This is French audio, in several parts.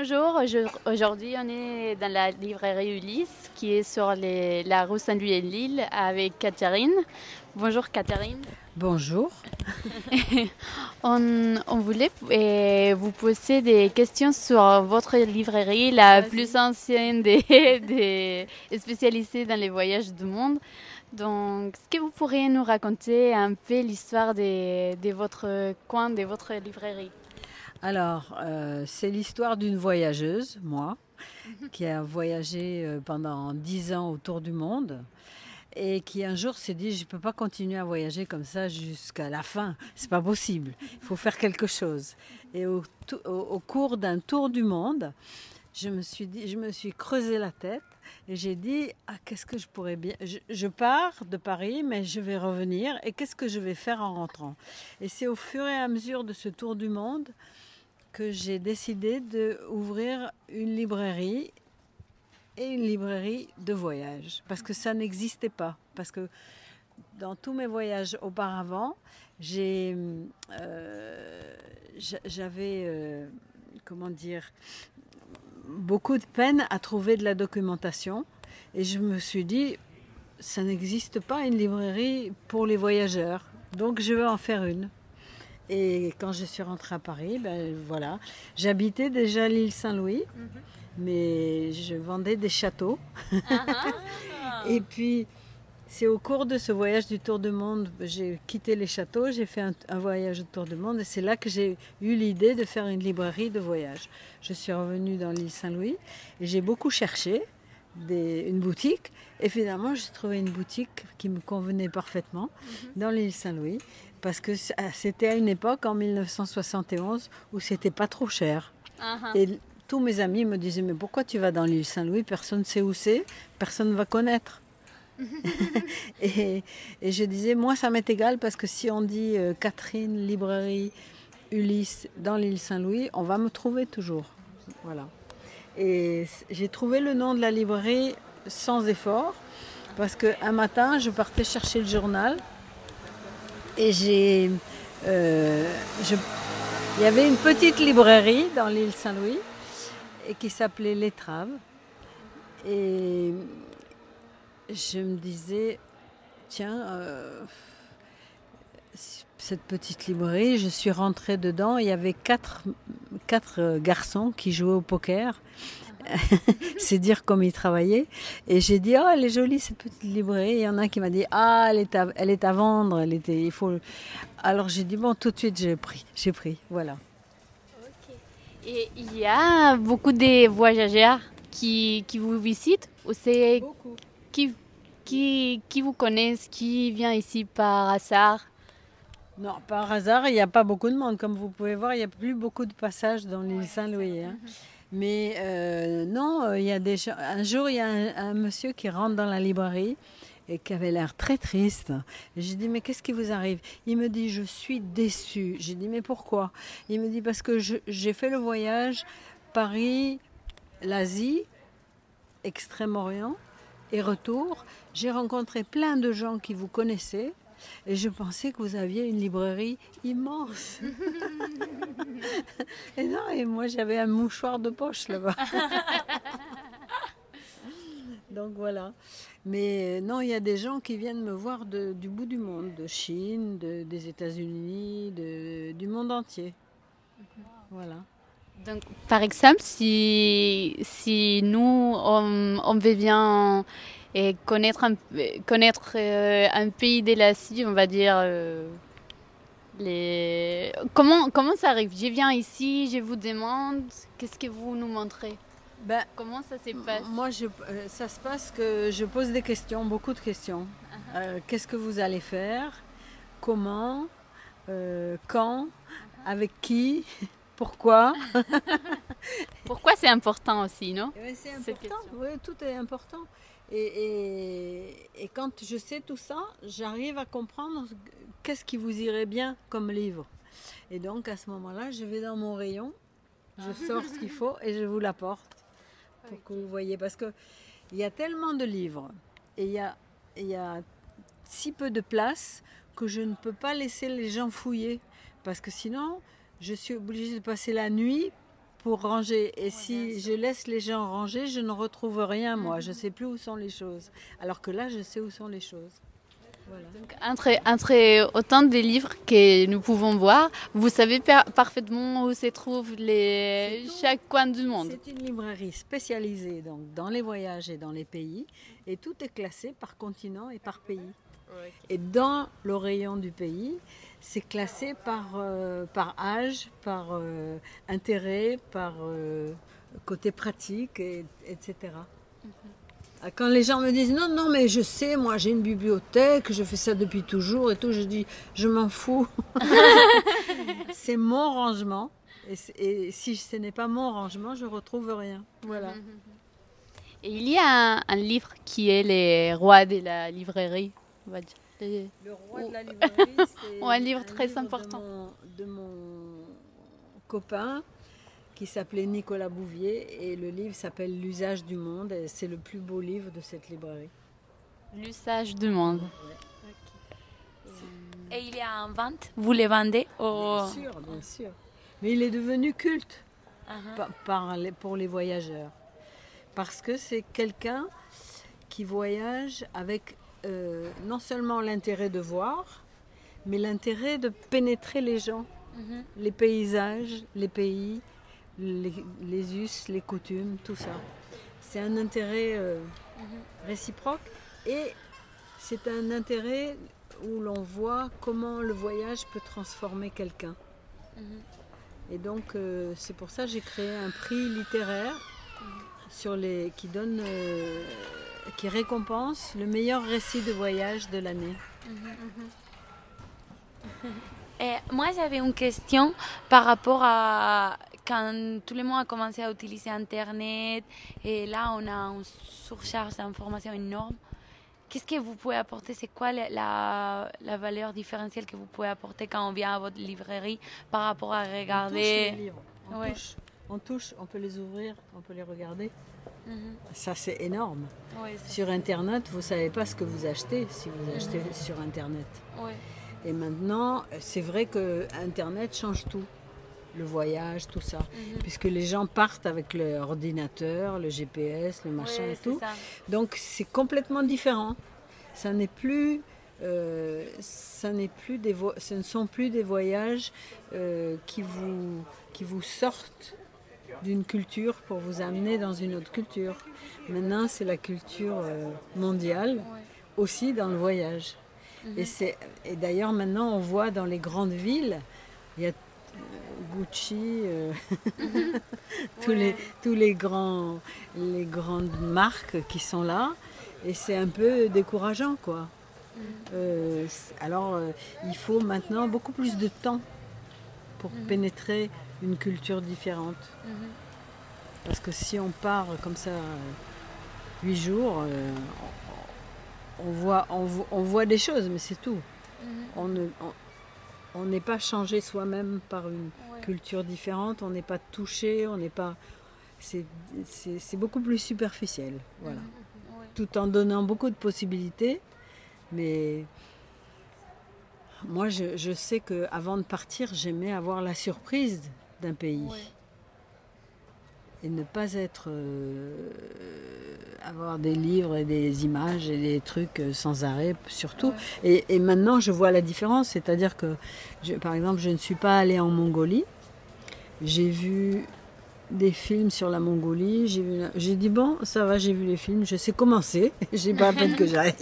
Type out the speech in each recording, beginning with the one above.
bonjour. Aujourd'hui, on est dans la librairie Ulysse qui est sur la rue Saint-Louis et Lille avec Catherine. Bonjour Catherine. Bonjour. On voulait vous poser des questions sur votre librairie, la plus ancienne des spécialisées dans les voyages du monde. Donc, est-ce que vous pourriez nous raconter un peu l'histoire de votre coin, de votre librairie? Alors, c'est l'histoire d'une voyageuse, moi, qui a voyagé pendant 10 ans autour du monde et qui un jour s'est dit, je ne peux pas continuer à voyager comme ça jusqu'à la fin, c'est pas possible, il faut faire quelque chose. Et au cours d'un tour du monde, je me suis creusé la tête et j'ai dit, qu'est-ce que je pourrais bien... Je pars de Paris, mais je vais revenir et qu'est-ce que je vais faire en rentrant? Et c'est au fur et à mesure de ce tour du monde que j'ai décidé d'ouvrir une librairie et une librairie de voyage. Parce que ça n'existait pas. Parce que dans tous mes voyages auparavant, j'avais, comment dire, beaucoup de peine à trouver de la documentation. Et je me suis dit, ça n'existe pas une librairie pour les voyageurs. Donc je vais en faire une. Et quand je suis rentrée à Paris, voilà, j'habitais déjà l'île Saint-Louis, mais je vendais des châteaux. Et puis, c'est au cours de ce voyage du Tour du Monde, j'ai quitté les châteaux, j'ai fait un voyage au Tour du Monde, et c'est là que j'ai eu l'idée de faire une librairie de voyage. Je suis revenue dans l'île Saint-Louis et j'ai beaucoup cherché une boutique, et finalement j'ai trouvé une boutique qui me convenait parfaitement dans l'île Saint-Louis, parce que c'était à une époque, en 1971, où c'était pas trop cher. Et tous mes amis me disaient, mais pourquoi tu vas dans l'île Saint-Louis? Personne ne sait où c'est, personne ne va connaître. et je disais, moi ça m'est égal, parce que si on dit Catherine, librairie, Ulysse, dans l'île Saint-Louis, on va me trouver toujours. Voilà. Et j'ai trouvé le nom de la librairie sans effort, parce qu'un matin, je partais chercher le journal et il y avait une petite librairie dans l'île Saint-Louis et qui s'appelait L'Étrave. Et je me disais, tiens, cette petite librairie, je suis rentrée dedans, il y avait quatre garçons qui jouaient au poker. C'est dire comme ils travaillaient. Et j'ai dit, elle est jolie cette petite librairie. Il y en a un qui m'a dit, elle est à vendre. Il faut... Alors j'ai dit, bon, tout de suite j'ai pris, voilà. Okay. Et il y a beaucoup de voyageurs qui vous visitent, ou c'est Beaucoup. qui vous connaissent, qui vient ici par hasard? Non, par hasard, il n'y a pas beaucoup de monde. Comme vous pouvez voir, il n'y a plus beaucoup de passages dans l'île Saint-Louis. Hein. Mais non, il y a des gens. Un jour, il y a un monsieur qui rentre dans la librairie et qui avait l'air très triste. J'ai dit, mais qu'est-ce qui vous arrive? Il me dit, je suis déçu. J'ai dit, mais pourquoi? Il me dit, parce que j'ai fait le voyage Paris, l'Asie, Extrême-Orient et retour. J'ai rencontré plein de gens qui vous connaissaient. Et je pensais que vous aviez une librairie immense. Et non, et moi j'avais un mouchoir de poche là-bas. Donc voilà. Mais non, il y a des gens qui viennent me voir du bout du monde, de Chine, des États-Unis, du monde entier. Voilà. Donc, par exemple, si nous, on veut bien connaître un pays de l'Asie, on va dire, comment ça arrive? Je viens ici, je vous demande, qu'est-ce que vous nous montrez? Comment ça se passe? Moi, ça se passe que je pose des questions, beaucoup de questions. Qu'est-ce que vous allez faire? Comment? Quand? Avec qui? Pourquoi? Pourquoi c'est important aussi, non? C'est important, oui, tout est important. Et quand je sais tout ça, j'arrive à comprendre qu'est-ce qui vous irait bien comme livre. Et donc à ce moment-là, je vais dans mon rayon, je sors ce qu'il faut et je vous l'apporte pour que vous voyez. Parce qu'il y a tellement de livres et il y a si peu de place que je ne peux pas laisser les gens fouiller. Parce que sinon, je suis obligée de passer la nuit pour ranger. Et si je laisse les gens ranger, je ne retrouve rien, moi. Je ne sais plus où sont les choses. Alors que là, je sais où sont les choses. Voilà. Donc, entre autant de livres que nous pouvons voir, vous savez parfaitement où se trouvent chaque coin du monde. C'est une librairie spécialisée donc, dans les voyages et dans les pays. Et tout est classé par continent et par pays. Okay. Et dans le rayon du pays, c'est classé par âge, par intérêt, par côté pratique, etc. Quand les gens me disent non mais je sais, moi j'ai une bibliothèque, je fais ça depuis toujours et tout, je dis je m'en fous. C'est mon rangement et si ce n'est pas mon rangement, je retrouve rien. Voilà. Et il y a un livre qui est les rois de la librairie, on va dire. Le roi de la librairie, c'est un livre très important de mon copain qui s'appelait Nicolas Bouvier et le livre s'appelle L'usage du monde et c'est le plus beau livre de cette librairie. L'usage du monde. Ouais. Okay. Et il est en vente? Vous les vendez Bien sûr. Mais il est devenu culte pour les voyageurs. Parce que c'est quelqu'un qui voyage avec non seulement l'intérêt de voir, mais l'intérêt de pénétrer les gens, les paysages, les pays, les us, les coutumes, tout ça. C'est un intérêt réciproque et c'est un intérêt où l'on voit comment le voyage peut transformer quelqu'un. Et donc c'est pour ça que j'ai créé un prix littéraire qui récompense le meilleur récit de voyage de l'année. Et moi j'avais une question par rapport à quand tout le monde a commencé à utiliser Internet et là on a une surcharge d'informations énorme. Qu'est-ce que vous pouvez apporter? C'est quoi la valeur différentielle que vous pouvez apporter quand on vient à votre librairie par rapport à regarder? On touche les livres. On touche, on peut les ouvrir, on peut les regarder. Ça c'est énorme. Sur Internet, vous ne savez pas ce que vous achetez si vous achetez sur Internet. Et maintenant, c'est vrai que Internet change tout. Le voyage, tout ça. Puisque les gens partent avec leur ordinateur, le GPS, le machin et tout. Ça. Donc c'est complètement différent. Ce ne sont plus des voyages qui vous sortent d'une culture pour vous amener dans une autre culture. Maintenant, c'est la culture mondiale, aussi dans le voyage. Et d'ailleurs, maintenant, on voit dans les grandes villes, il y a Gucci, tous les grandes marques qui sont là, et c'est un peu décourageant, quoi. Alors, il faut maintenant beaucoup plus de temps pour pénétrer une culture différente. Parce que si on part comme ça 8 jours, on voit des choses, mais c'est tout. On n'est pas changé soi-même par une culture différente, on n'est pas touché, on n'est pas... C'est beaucoup plus superficiel, voilà. Tout en donnant beaucoup de possibilités, mais moi je sais qu'avant de partir, j'aimais avoir la surprise d'un pays. Et ne pas avoir des livres et des images et des trucs sans arrêt, surtout. Et maintenant, je vois la différence. C'est-à-dire que, par exemple, je ne suis pas allée en Mongolie. J'ai vu des films sur la Mongolie. J'ai dit, bon, ça va, j'ai vu les films. Je sais comment c'est. J'ai pas à peine que j'aille.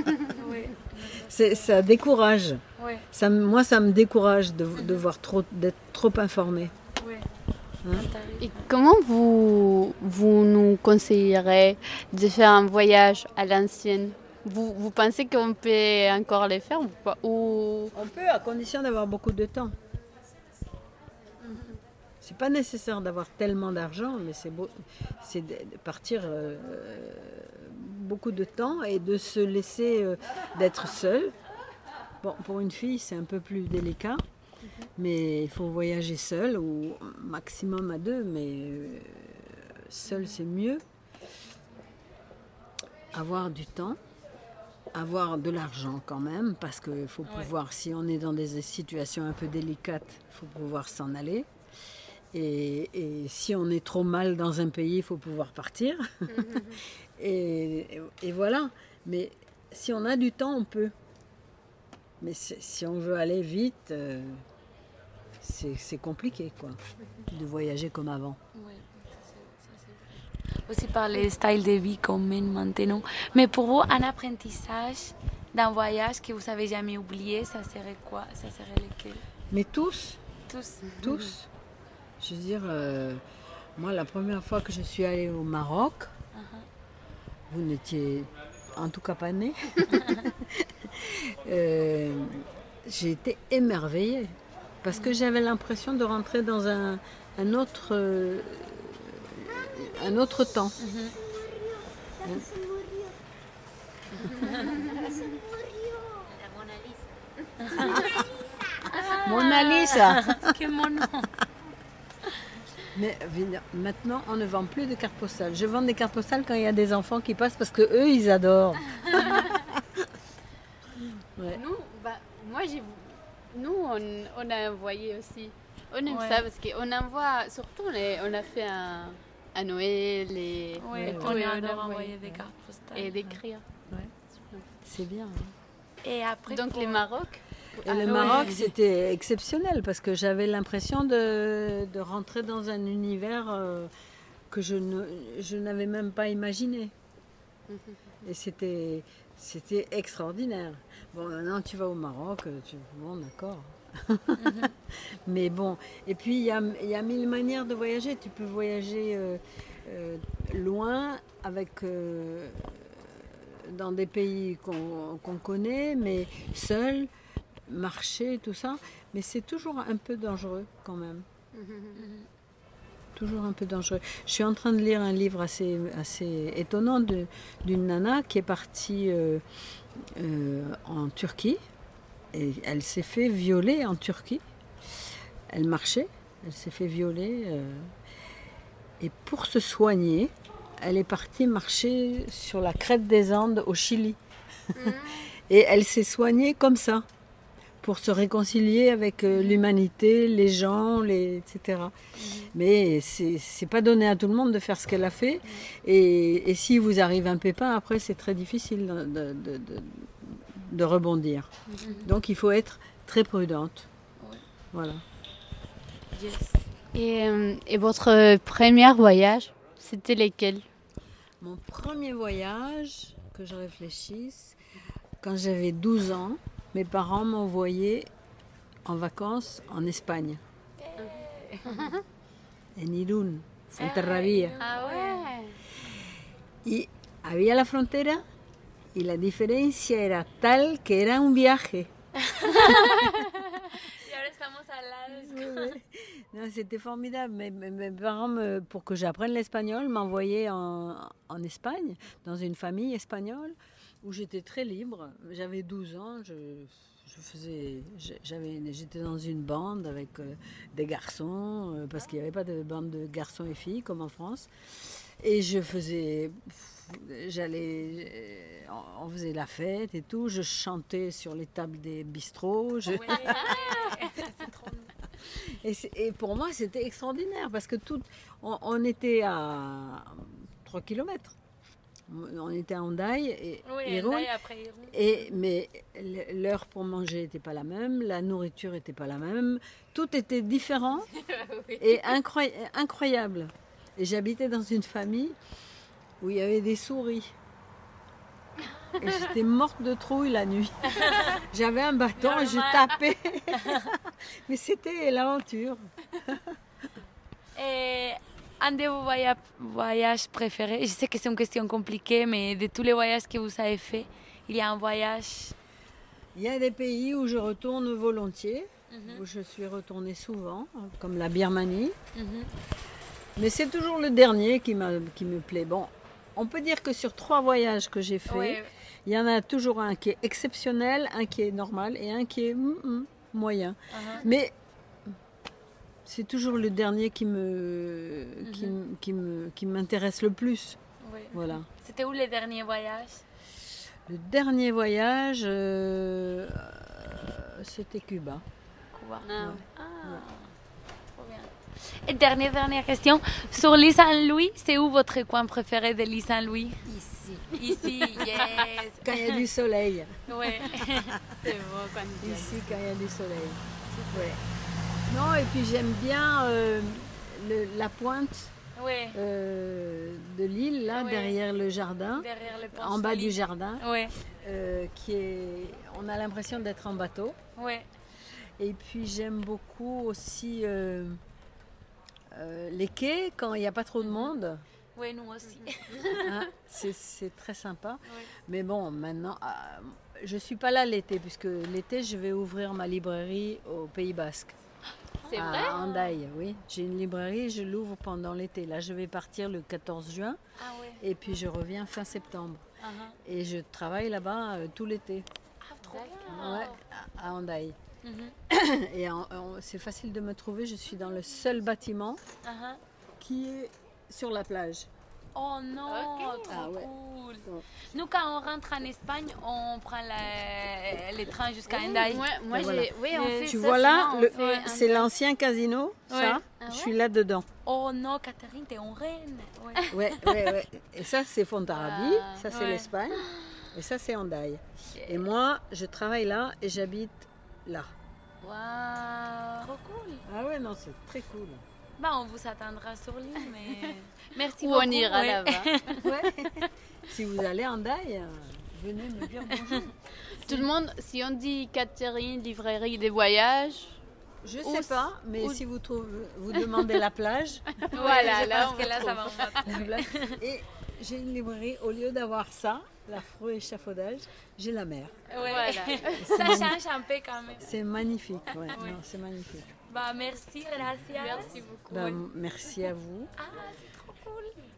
Ça décourage. Moi, ça me décourage d'être trop informée. Et comment vous nous conseillerez de faire un voyage à l'ancienne? Vous pensez qu'on peut encore les faire ou pas? On peut, à condition d'avoir beaucoup de temps. C'est pas nécessaire d'avoir tellement d'argent, mais c'est de partir beaucoup de temps et de se laisser d'être seule. Bon, pour une fille, c'est un peu plus délicat. Mais il faut voyager seul ou maximum à 2, mais seul c'est mieux. Avoir du temps, avoir de l'argent quand même, parce qu'il faut pouvoir, si on est dans des situations un peu délicates, il faut pouvoir s'en aller. Et si on est trop mal dans un pays, il faut pouvoir partir. Et voilà. Mais si on a du temps, on peut. Mais si on veut aller vite, c'est compliqué, quoi, de voyager comme avant. Oui, ça, c'est vrai. Aussi par les styles de vie qu'on mène maintenant. Mais pour vous, un apprentissage d'un voyage que vous n'avez jamais oublié, ça serait quoi? Ça serait lequel? Mais tous. Tous. Je veux dire, moi, la première fois que je suis allée au Maroc, vous n'étiez en tout cas pas née, j'ai été émerveillée parce que j'avais l'impression de rentrer dans un autre temps. Mona Lisa. Que mon nom. Mais maintenant, on ne vend plus de cartes postales. Je vends des cartes postales quand il y a des enfants qui passent parce que eux, ils adorent. Ouais. Nous, on a envoyé aussi. On aime Ouais. ça parce qu'on envoie, surtout, on a fait à Noël et, Oui, et tout, on et adore a envoyer des cartes postales. et d'écrire. C'est bien. Et après, Donc pour- les Maroc. Et le Maroc, c'était exceptionnel parce que j'avais l'impression de rentrer dans un univers que je n'avais même pas imaginé. Et c'était extraordinaire. Bon, maintenant tu vas au Maroc, bon, d'accord. Mais bon, et puis il y a 1000 manières de voyager. Tu peux voyager loin, dans des pays qu'on connaît, mais seul, marcher, tout ça. Mais c'est toujours un peu dangereux quand même. Toujours un peu dangereux. Je suis en train de lire un livre assez étonnant d'une nana qui est partie en Turquie. Et elle s'est fait violer en Turquie. Elle marchait, elle s'est fait violer. Et pour se soigner, elle est partie marcher sur la crête des Andes au Chili. Et elle s'est soignée comme ça, pour se réconcilier avec l'humanité, les gens, etc. Mais c'est pas donné à tout le monde de faire ce qu'elle a fait. Et si vous arrive un pépin, après, c'est très difficile de rebondir. Donc il faut être très prudente. Ouais. Voilà. Yes. Et votre premier voyage, c'était lesquels? Mon premier voyage, que je réfléchisse, quand j'avais 12 ans, mes parents m'envoyaient en vacances en Espagne. En Irún, Fuenterrabía. Ah ouais. Y había la frontera y la diferencia era tal que era un viaje. Y ahora estamos al lado. Non, c'était formidable. Mes parents, pour que j'apprenne l'espagnol, m'envoyaient en Espagne, dans une famille espagnole, où j'étais très libre. J'avais 12 ans, j'étais dans une bande avec des garçons, parce qu'il n'y avait pas de bande de garçons et filles comme en France. Et on faisait la fête et tout. Je chantais sur les tables des bistrots. Ouais. C'est trop. Et pour moi, c'était extraordinaire parce que on était à 3 kilomètres. On était à Hendaye et Irún. Après Irún. Mais l'heure pour manger n'était pas la même, la nourriture n'était pas la même. Tout était différent et incroyable. Et j'habitais dans une famille où il y avait des souris. Et j'étais morte de trouille la nuit. J'avais un bâton et je tapais. Mais c'était l'aventure. Et un de vos voyages préférés, je sais que c'est une question compliquée, mais de tous les voyages que vous avez faits, il y a un voyage. Il y a des pays où je retourne volontiers, où je suis retournée souvent, comme la Birmanie. Mais c'est toujours le dernier qui me plaît. Bon, on peut dire que sur 3 voyages que j'ai faits, il y en a toujours un qui est exceptionnel, un qui est normal et un qui est moyen. Mais c'est toujours le dernier qui m'intéresse le plus. Oui. Voilà. C'était où le dernier voyage? Le dernier voyage, c'était Cuba. Cuba. Ah. Trop bien. Et dernière question. Sur l'île Saint-Louis, c'est où votre coin préféré de l'île Saint-Louis? Ici, yes. Quand il y a du soleil. Ouais. C'est beau quand il y a Ici, quand il y a du soleil. Ouais. Non, et puis j'aime bien la pointe Ouais. de l'île, là, Ouais. derrière le jardin, Derrière le pont en bas solide. du jardin, Ouais. on a l'impression d'être en bateau. Ouais. Et puis j'aime beaucoup aussi les quais quand il n'y a pas trop de monde. Ouais, nous aussi. Hein, c'est très sympa. Ouais. Mais bon, maintenant, je ne suis pas là l'été, puisque l'été, je vais ouvrir ma librairie au Pays Basque. C'est à vrai? Hendaye, oui. J'ai une librairie, je l'ouvre pendant l'été. Là, je vais partir le 14 juin Ah ouais. et puis je reviens fin septembre. Uh-huh. Et je travaille là-bas tout l'été, Ah, trop bien. ouais, à Hendaye. Mhm. Et c'est facile de me trouver, je suis dans le seul bâtiment Uh-huh. qui est sur la plage. Oh non, Ok. trop Ah ouais. cool. Ouais. Nous, quand on rentre en Espagne, on prend les trains jusqu'à Hendaye. Moi, Ben voilà. oui, on fait Tu ça vois là, souvent, on fait un c'est l'ancien casino, Ouais. ça. Ah Je ouais? suis là-dedans. Oh non, Catherine, t'es en reine. Ouais. Ouais, ouais, ouais. Et ça, c'est Fontarabie, Ah, ça, c'est ouais. l'Espagne. Et ça, c'est Hendaye. Et moi, je travaille là et j'habite là. Waouh. Trop cool. Ah ouais, non, c'est très cool. Bah, on vous attendra sur l'île, mais merci Ou beaucoup. on ira ouais. là-bas. Ouais. Si vous allez à Hendaye, venez me dire bonjour. Tout le monde, si on dit Catherine, librairie des voyages, Je Ou- sais pas, mais ou- si vous demandez la plage, voilà, je là, pense on que là, vous ça trouve. va en battre. la plage. Et j'ai une librairie, au lieu d'avoir ça, l'afro-échafaudage, j'ai la mer. Ouais. Voilà. Ça change un peu quand même. C'est magnifique, ouais. Non, c'est magnifique. Bah, merci, gracias. Merci beaucoup. Ben, merci à vous. Ah, c'est trop cool.